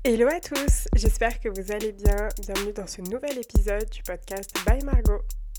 Hello à tous, j'espère que vous allez bien. Bienvenue dans ce nouvel épisode du podcast By Margot.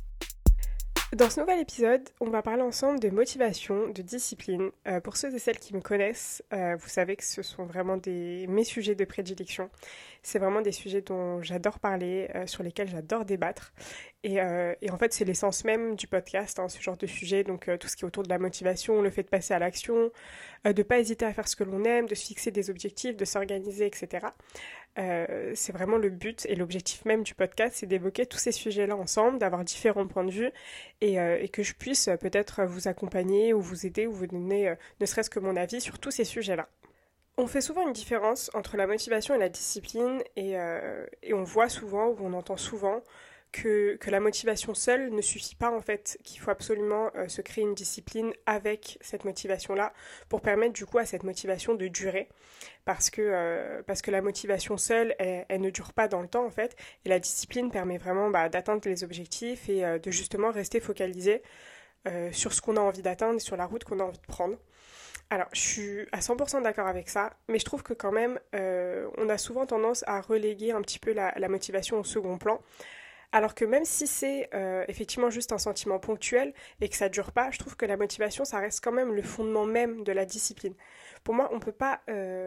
Dans ce nouvel épisode, on va parler ensemble de motivation, de discipline. Pour ceux et celles qui me connaissent, vous savez que ce sont vraiment mes sujets de prédilection. C'est vraiment des sujets dont j'adore parler, sur lesquels j'adore débattre. Et en fait, c'est l'essence même du podcast, ce genre de sujet. Donc tout ce qui est autour de la motivation, le fait de passer à l'action, de ne pas hésiter à faire ce que l'on aime, de se fixer des objectifs, de s'organiser, etc. C'est vraiment le but et l'objectif même du podcast, c'est d'évoquer tous ces sujets-là ensemble, d'avoir différents points de vue et que je puisse peut-être vous accompagner ou vous aider ou vous donner ne serait-ce que mon avis sur tous ces sujets-là. On fait souvent une différence entre la motivation et la discipline et on voit souvent ou on entend souvent que la motivation seule ne suffit pas en fait, qu'il faut absolument se créer une discipline avec cette motivation-là pour permettre du coup à cette motivation de durer parce que la motivation seule, elle ne dure pas dans le temps en fait et la discipline permet vraiment d'atteindre les objectifs et de justement rester focalisé sur ce qu'on a envie d'atteindre et sur la route qu'on a envie de prendre. Alors, je suis à 100% d'accord avec ça, mais je trouve que quand même, on a souvent tendance à reléguer un petit peu la motivation au second plan. Alors que même si c'est effectivement juste un sentiment ponctuel et que ça dure pas, je trouve que la motivation, ça reste quand même le fondement même de la discipline. Pour moi, on ne peut pas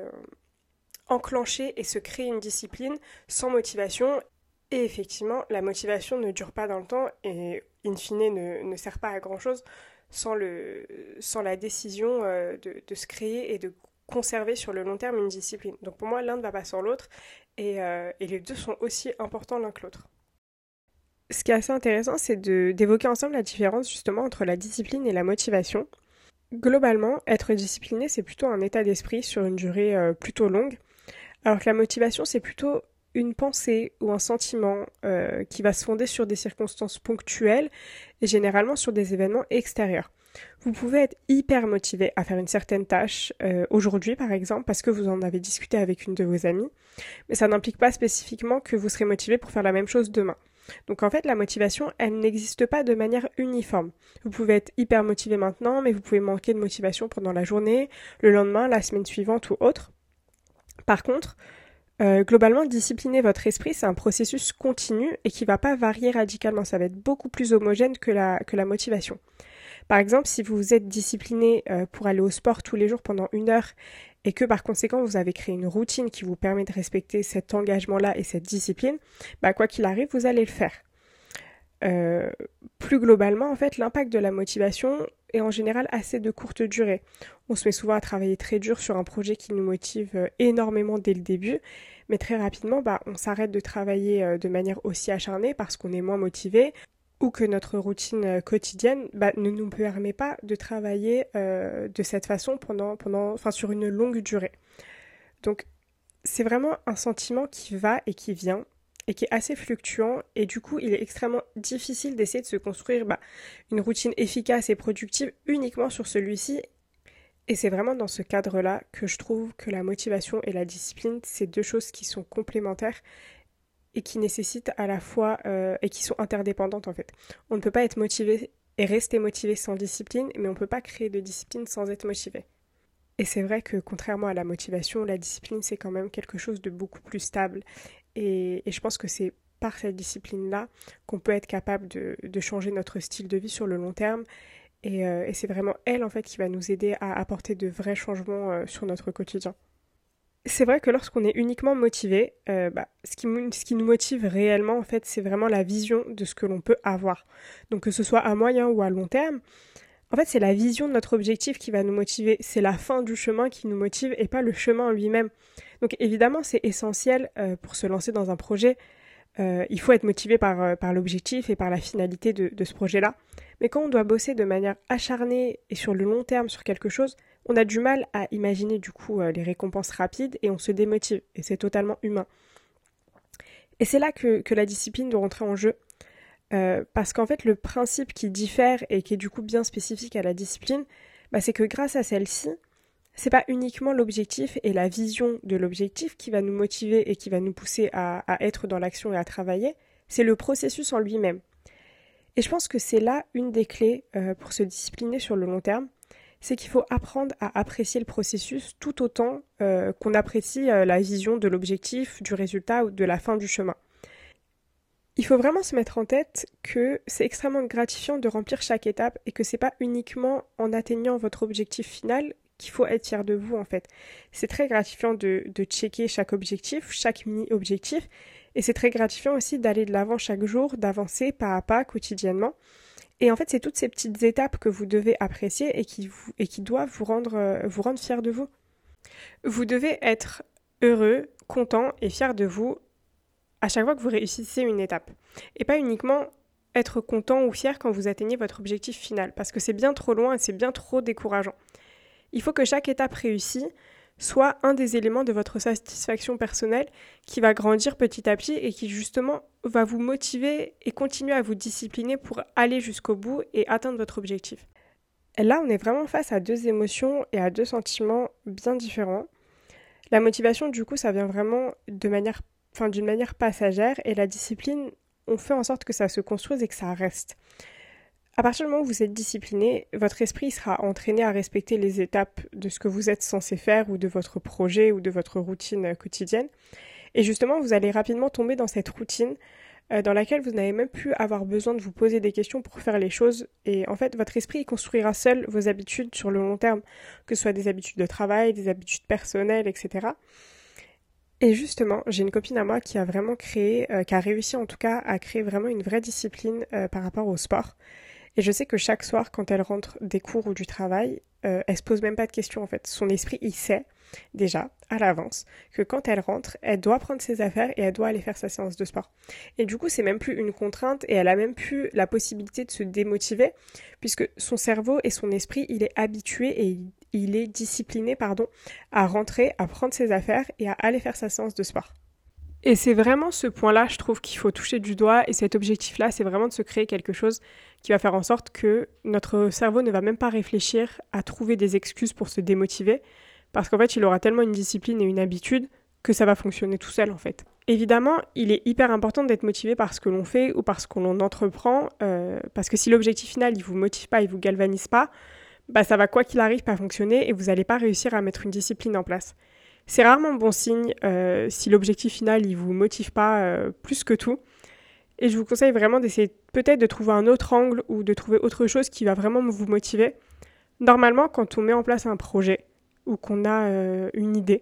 enclencher et se créer une discipline sans motivation. Et effectivement, la motivation ne dure pas dans le temps et in fine ne sert pas à grand-chose sans la décision de se créer et de conserver sur le long terme une discipline. Donc pour moi, l'un ne va pas sans l'autre et les deux sont aussi importants l'un que l'autre. Ce qui est assez intéressant, c'est d'évoquer ensemble la différence justement entre la discipline et la motivation. Globalement, être discipliné, c'est plutôt un état d'esprit sur une durée plutôt longue, alors que la motivation, c'est plutôt une pensée ou un sentiment qui va se fonder sur des circonstances ponctuelles et généralement sur des événements extérieurs. Vous pouvez être hyper motivé à faire une certaine tâche aujourd'hui par exemple parce que vous en avez discuté avec une de vos amies, mais ça n'implique pas spécifiquement que vous serez motivé pour faire la même chose demain. Donc en fait, la motivation, elle n'existe pas de manière uniforme. Vous pouvez être hyper motivé maintenant, mais vous pouvez manquer de motivation pendant la journée, le lendemain, la semaine suivante ou autre. Par contre, globalement, discipliner votre esprit, c'est un processus continu et qui ne va pas varier radicalement. Ça va être beaucoup plus homogène que la motivation. Par exemple, si vous vous êtes discipliné pour aller au sport tous les jours pendant 1 heure et que par conséquent vous avez créé une routine qui vous permet de respecter cet engagement-là et cette discipline, quoi qu'il arrive, vous allez le faire. Plus globalement, en fait, l'impact de la motivation est en général assez de courte durée. On se met souvent à travailler très dur sur un projet qui nous motive énormément dès le début, mais très rapidement, on s'arrête de travailler de manière aussi acharnée parce qu'on est moins motivé ou que notre routine quotidienne ne nous permet pas de travailler de cette façon sur une longue durée. Donc, c'est vraiment un sentiment qui va et qui vient et qui est assez fluctuant et du coup il est extrêmement difficile d'essayer de se construire une routine efficace et productive uniquement sur celui-ci et c'est vraiment dans ce cadre-là que je trouve que la motivation et la discipline c'est deux choses qui sont complémentaires et qui nécessitent à la fois et qui sont interdépendantes en fait. On ne peut pas être motivé et rester motivé sans discipline mais on ne peut pas créer de discipline sans être motivé. Et c'est vrai que contrairement à la motivation, la discipline c'est quand même quelque chose de beaucoup plus stable. Et je pense que c'est par cette discipline-là qu'on peut être capable de changer notre style de vie sur le long terme. Et c'est vraiment elle en fait qui va nous aider à apporter de vrais changements sur notre quotidien. C'est vrai que lorsqu'on est uniquement motivé, ce qui nous motive réellement en fait, c'est vraiment la vision de ce que l'on peut avoir. Donc que ce soit à moyen ou à long terme. En fait, c'est la vision de notre objectif qui va nous motiver, c'est la fin du chemin qui nous motive et pas le chemin en lui-même. Donc évidemment, c'est essentiel pour se lancer dans un projet. Il faut être motivé par l'objectif et par la finalité de ce projet-là. Mais quand on doit bosser de manière acharnée et sur le long terme sur quelque chose, on a du mal à imaginer du coup les récompenses rapides et on se démotive. Et c'est totalement humain. Et c'est là que la discipline doit rentrer en jeu. Parce qu'en fait, le principe qui diffère et qui est du coup bien spécifique à la discipline, c'est que grâce à celle-ci, c'est pas uniquement l'objectif et la vision de l'objectif qui va nous motiver et qui va nous pousser à être dans l'action et à travailler, c'est le processus en lui-même. Et je pense que c'est là une des clés pour se discipliner sur le long terme, c'est qu'il faut apprendre à apprécier le processus tout autant qu'on apprécie la vision de l'objectif, du résultat ou de la fin du chemin. Il faut vraiment se mettre en tête que c'est extrêmement gratifiant de remplir chaque étape et que c'est pas uniquement en atteignant votre objectif final qu'il faut être fier de vous en fait. C'est très gratifiant de checker chaque objectif, chaque mini-objectif, et c'est très gratifiant aussi d'aller de l'avant chaque jour, d'avancer pas à pas quotidiennement. Et en fait, c'est toutes ces petites étapes que vous devez apprécier et qui doivent vous rendre fier de vous. Vous devez être heureux, content et fier de vous à chaque fois que vous réussissez une étape. Et pas uniquement être content ou fier quand vous atteignez votre objectif final, parce que c'est bien trop loin et c'est bien trop décourageant. Il faut que chaque étape réussie soit un des éléments de votre satisfaction personnelle qui va grandir petit à petit et qui justement va vous motiver et continuer à vous discipliner pour aller jusqu'au bout et atteindre votre objectif. Et là, on est vraiment face à deux émotions et à deux sentiments bien différents. La motivation, du coup, ça vient vraiment d'une manière passagère, et la discipline, on fait en sorte que ça se construise et que ça reste. À partir du moment où vous êtes discipliné, votre esprit sera entraîné à respecter les étapes de ce que vous êtes censé faire ou de votre projet ou de votre routine quotidienne. Et justement, vous allez rapidement tomber dans cette routine dans laquelle vous n'avez même plus avoir besoin de vous poser des questions pour faire les choses. Et en fait, votre esprit construira seul vos habitudes sur le long terme, que ce soit des habitudes de travail, des habitudes personnelles, etc. Et justement, j'ai une copine à moi qui a vraiment qui a réussi en tout cas à créer vraiment une vraie discipline par rapport au sport. Et je sais que chaque soir, quand elle rentre des cours ou du travail, elle se pose même pas de questions en fait. Son esprit, il sait déjà à l'avance que quand elle rentre, elle doit prendre ses affaires et elle doit aller faire sa séance de sport. Et du coup, c'est même plus une contrainte et elle a même plus la possibilité de se démotiver puisque son cerveau et son esprit, il est habitué et il est discipliné, à rentrer, à prendre ses affaires et à aller faire sa séance de sport. Et c'est vraiment ce point-là, je trouve, qu'il faut toucher du doigt. Et cet objectif-là, c'est vraiment de se créer quelque chose qui va faire en sorte que notre cerveau ne va même pas réfléchir à trouver des excuses pour se démotiver. Parce qu'en fait, il aura tellement une discipline et une habitude que ça va fonctionner tout seul, en fait. Évidemment, il est hyper important d'être motivé par ce que l'on fait ou par ce que l'on entreprend. Parce que si l'objectif final, il vous motive pas, il vous galvanise pas, ça va quoi qu'il arrive pas fonctionner et vous n'allez pas réussir à mettre une discipline en place. C'est rarement bon signe si l'objectif final il vous motive pas plus que tout. Et je vous conseille vraiment d'essayer peut-être de trouver un autre angle ou de trouver autre chose qui va vraiment vous motiver. Normalement, quand on met en place un projet ou qu'on a une idée,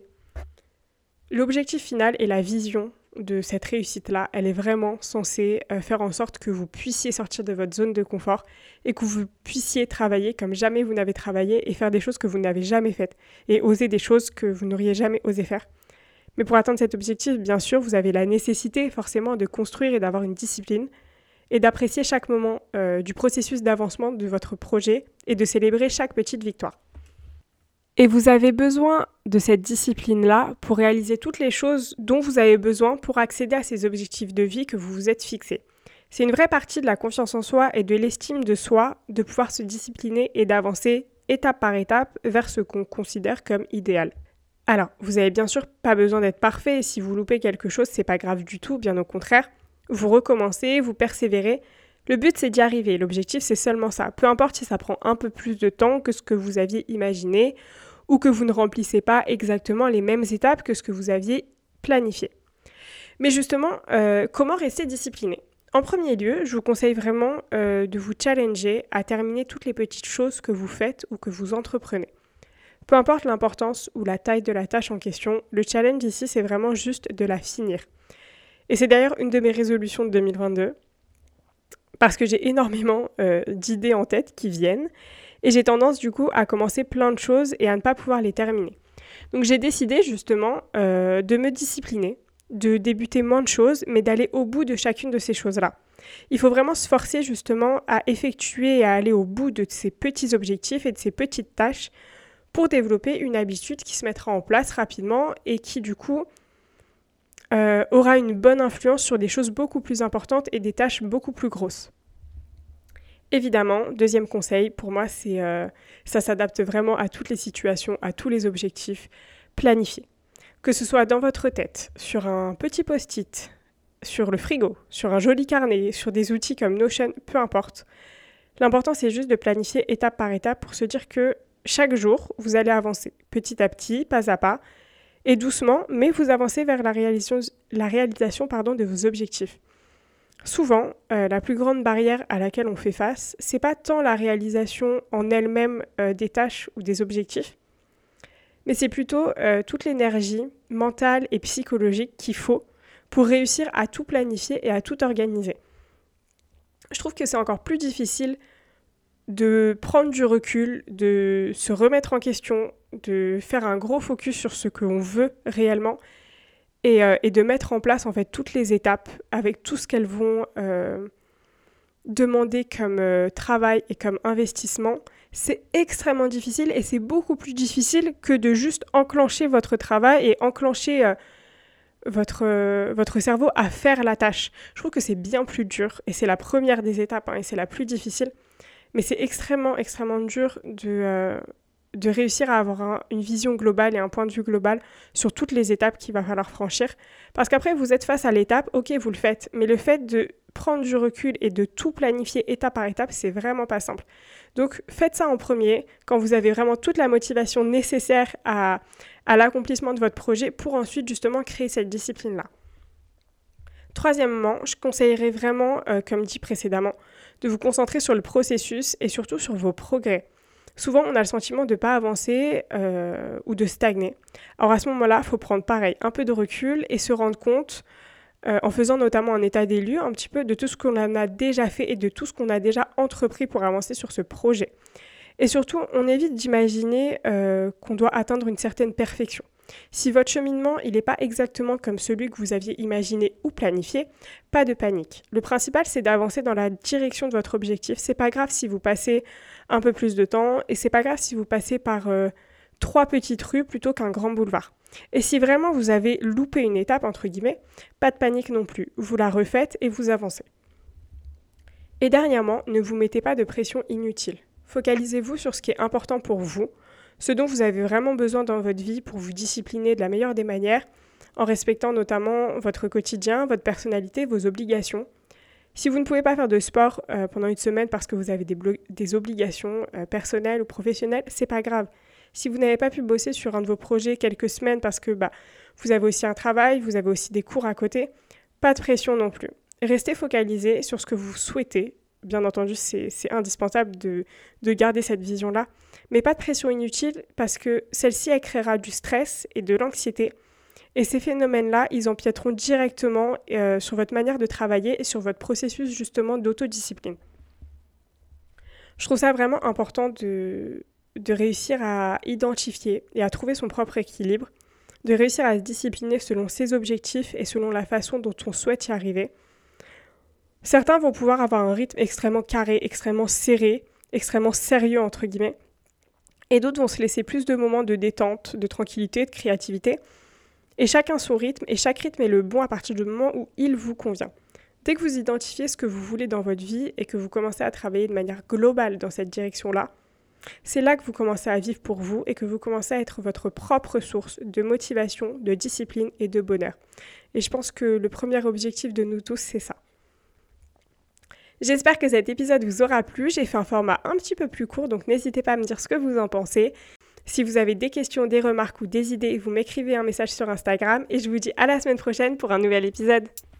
l'objectif final et la vision de cette réussite-là, elle est vraiment censée faire en sorte que vous puissiez sortir de votre zone de confort et que vous puissiez travailler comme jamais vous n'avez travaillé et faire des choses que vous n'avez jamais faites et oser des choses que vous n'auriez jamais osé faire. Mais pour atteindre cet objectif, bien sûr, vous avez la nécessité forcément de construire et d'avoir une discipline et d'apprécier chaque moment du processus d'avancement de votre projet et de célébrer chaque petite victoire. Et vous avez besoin de cette discipline-là pour réaliser toutes les choses dont vous avez besoin pour accéder à ces objectifs de vie que vous vous êtes fixés. C'est une vraie partie de la confiance en soi et de l'estime de soi de pouvoir se discipliner et d'avancer étape par étape vers ce qu'on considère comme idéal. Alors, vous n'avez bien sûr pas besoin d'être parfait et si vous loupez quelque chose, c'est pas grave du tout, bien au contraire. Vous recommencez, vous persévérez. Le but, c'est d'y arriver. L'objectif, c'est seulement ça. Peu importe si ça prend un peu plus de temps que ce que vous aviez imaginé ou que vous ne remplissez pas exactement les mêmes étapes que ce que vous aviez planifié. Mais justement, comment rester discipliné ? En premier lieu, je vous conseille vraiment de vous challenger à terminer toutes les petites choses que vous faites ou que vous entreprenez. Peu importe l'importance ou la taille de la tâche en question, le challenge ici, c'est vraiment juste de la finir. Et c'est d'ailleurs une de mes résolutions de 2022, parce que j'ai énormément d'idées en tête qui viennent, et j'ai tendance du coup à commencer plein de choses et à ne pas pouvoir les terminer. Donc j'ai décidé justement de me discipliner, de débuter moins de choses, mais d'aller au bout de chacune de ces choses-là. Il faut vraiment se forcer justement à effectuer et à aller au bout de ces petits objectifs et de ces petites tâches pour développer une habitude qui se mettra en place rapidement et qui du coup aura une bonne influence sur des choses beaucoup plus importantes et des tâches beaucoup plus grosses. Évidemment, deuxième conseil, pour moi, ça s'adapte vraiment à toutes les situations, à tous les objectifs. Planifier. Que ce soit dans votre tête, sur un petit post-it, sur le frigo, sur un joli carnet, sur des outils comme Notion, peu importe. L'important, c'est juste de planifier étape par étape pour se dire que chaque jour, vous allez avancer petit à petit, pas à pas, et doucement, mais vous avancez vers la réalisation de vos objectifs. Souvent, la plus grande barrière à laquelle on fait face, c'est pas tant la réalisation en elle-même des tâches ou des objectifs, mais c'est plutôt toute l'énergie mentale et psychologique qu'il faut pour réussir à tout planifier et à tout organiser. Je trouve que c'est encore plus difficile de prendre du recul, de se remettre en question, de faire un gros focus sur ce qu'on veut réellement et de mettre en place en fait toutes les étapes avec tout ce qu'elles vont demander comme travail et comme investissement. C'est extrêmement difficile et c'est beaucoup plus difficile que de juste enclencher votre travail et enclencher votre cerveau à faire la tâche. Je trouve que c'est bien plus dur et c'est la première des étapes et c'est la plus difficile. Mais c'est extrêmement, extrêmement dur de réussir à avoir une vision globale et un point de vue global sur toutes les étapes qu'il va falloir franchir. Parce qu'après, vous êtes face à l'étape, ok, vous le faites. Mais le fait de prendre du recul et de tout planifier étape par étape, c'est vraiment pas simple. Donc, faites ça en premier, quand vous avez vraiment toute la motivation nécessaire à l'accomplissement de votre projet pour ensuite, justement, créer cette discipline-là. Troisièmement, je conseillerais vraiment, comme dit précédemment, de vous concentrer sur le processus et surtout sur vos progrès. Souvent, on a le sentiment de ne pas avancer ou de stagner. Alors à ce moment-là, il faut prendre pareil, un peu de recul et se rendre compte, en faisant notamment un état des lieux, un petit peu de tout ce qu'on a déjà fait et de tout ce qu'on a déjà entrepris pour avancer sur ce projet. Et surtout, on évite d'imaginer qu'on doit atteindre une certaine perfection. Si votre cheminement il n'est pas exactement comme celui que vous aviez imaginé ou planifié, pas de panique. Le principal, c'est d'avancer dans la direction de votre objectif. C'est pas grave si vous passez un peu plus de temps et c'est pas grave si vous passez par 3 petites rues plutôt qu'un grand boulevard. Et si vraiment vous avez loupé une étape, entre guillemets, pas de panique non plus. Vous la refaites et vous avancez. Et dernièrement, ne vous mettez pas de pression inutile. Focalisez-vous sur ce qui est important pour vous, ce dont vous avez vraiment besoin dans votre vie pour vous discipliner de la meilleure des manières, en respectant notamment votre quotidien, votre personnalité, vos obligations. Si vous ne pouvez pas faire de sport pendant une semaine parce que vous avez des obligations personnelles ou professionnelles, c'est pas grave. Si vous n'avez pas pu bosser sur un de vos projets quelques semaines parce que vous avez aussi un travail, vous avez aussi des cours à côté, pas de pression non plus. Restez focalisé sur ce que vous souhaitez. Bien entendu, c'est indispensable de garder cette vision-là, mais pas de pression inutile parce que celle-ci, elle créera du stress et de l'anxiété. Et ces phénomènes-là, ils empiéteront directement sur votre manière de travailler et sur votre processus justement d'autodiscipline. Je trouve ça vraiment important de réussir à identifier et à trouver son propre équilibre, de réussir à se discipliner selon ses objectifs et selon la façon dont on souhaite y arriver. Certains vont pouvoir avoir un rythme extrêmement carré, extrêmement serré, extrêmement sérieux entre guillemets, et d'autres vont se laisser plus de moments de détente, de tranquillité, de créativité, et chacun son rythme, et chaque rythme est le bon à partir du moment où il vous convient. Dès que vous identifiez ce que vous voulez dans votre vie et que vous commencez à travailler de manière globale dans cette direction-là, c'est là que vous commencez à vivre pour vous et que vous commencez à être votre propre source de motivation, de discipline et de bonheur. Et je pense que le premier objectif de nous tous, c'est ça. J'espère que cet épisode vous aura plu. J'ai fait un format un petit peu plus court, donc n'hésitez pas à me dire ce que vous en pensez. Si vous avez des questions, des remarques ou des idées, vous m'écrivez un message sur Instagram et je vous dis à la semaine prochaine pour un nouvel épisode.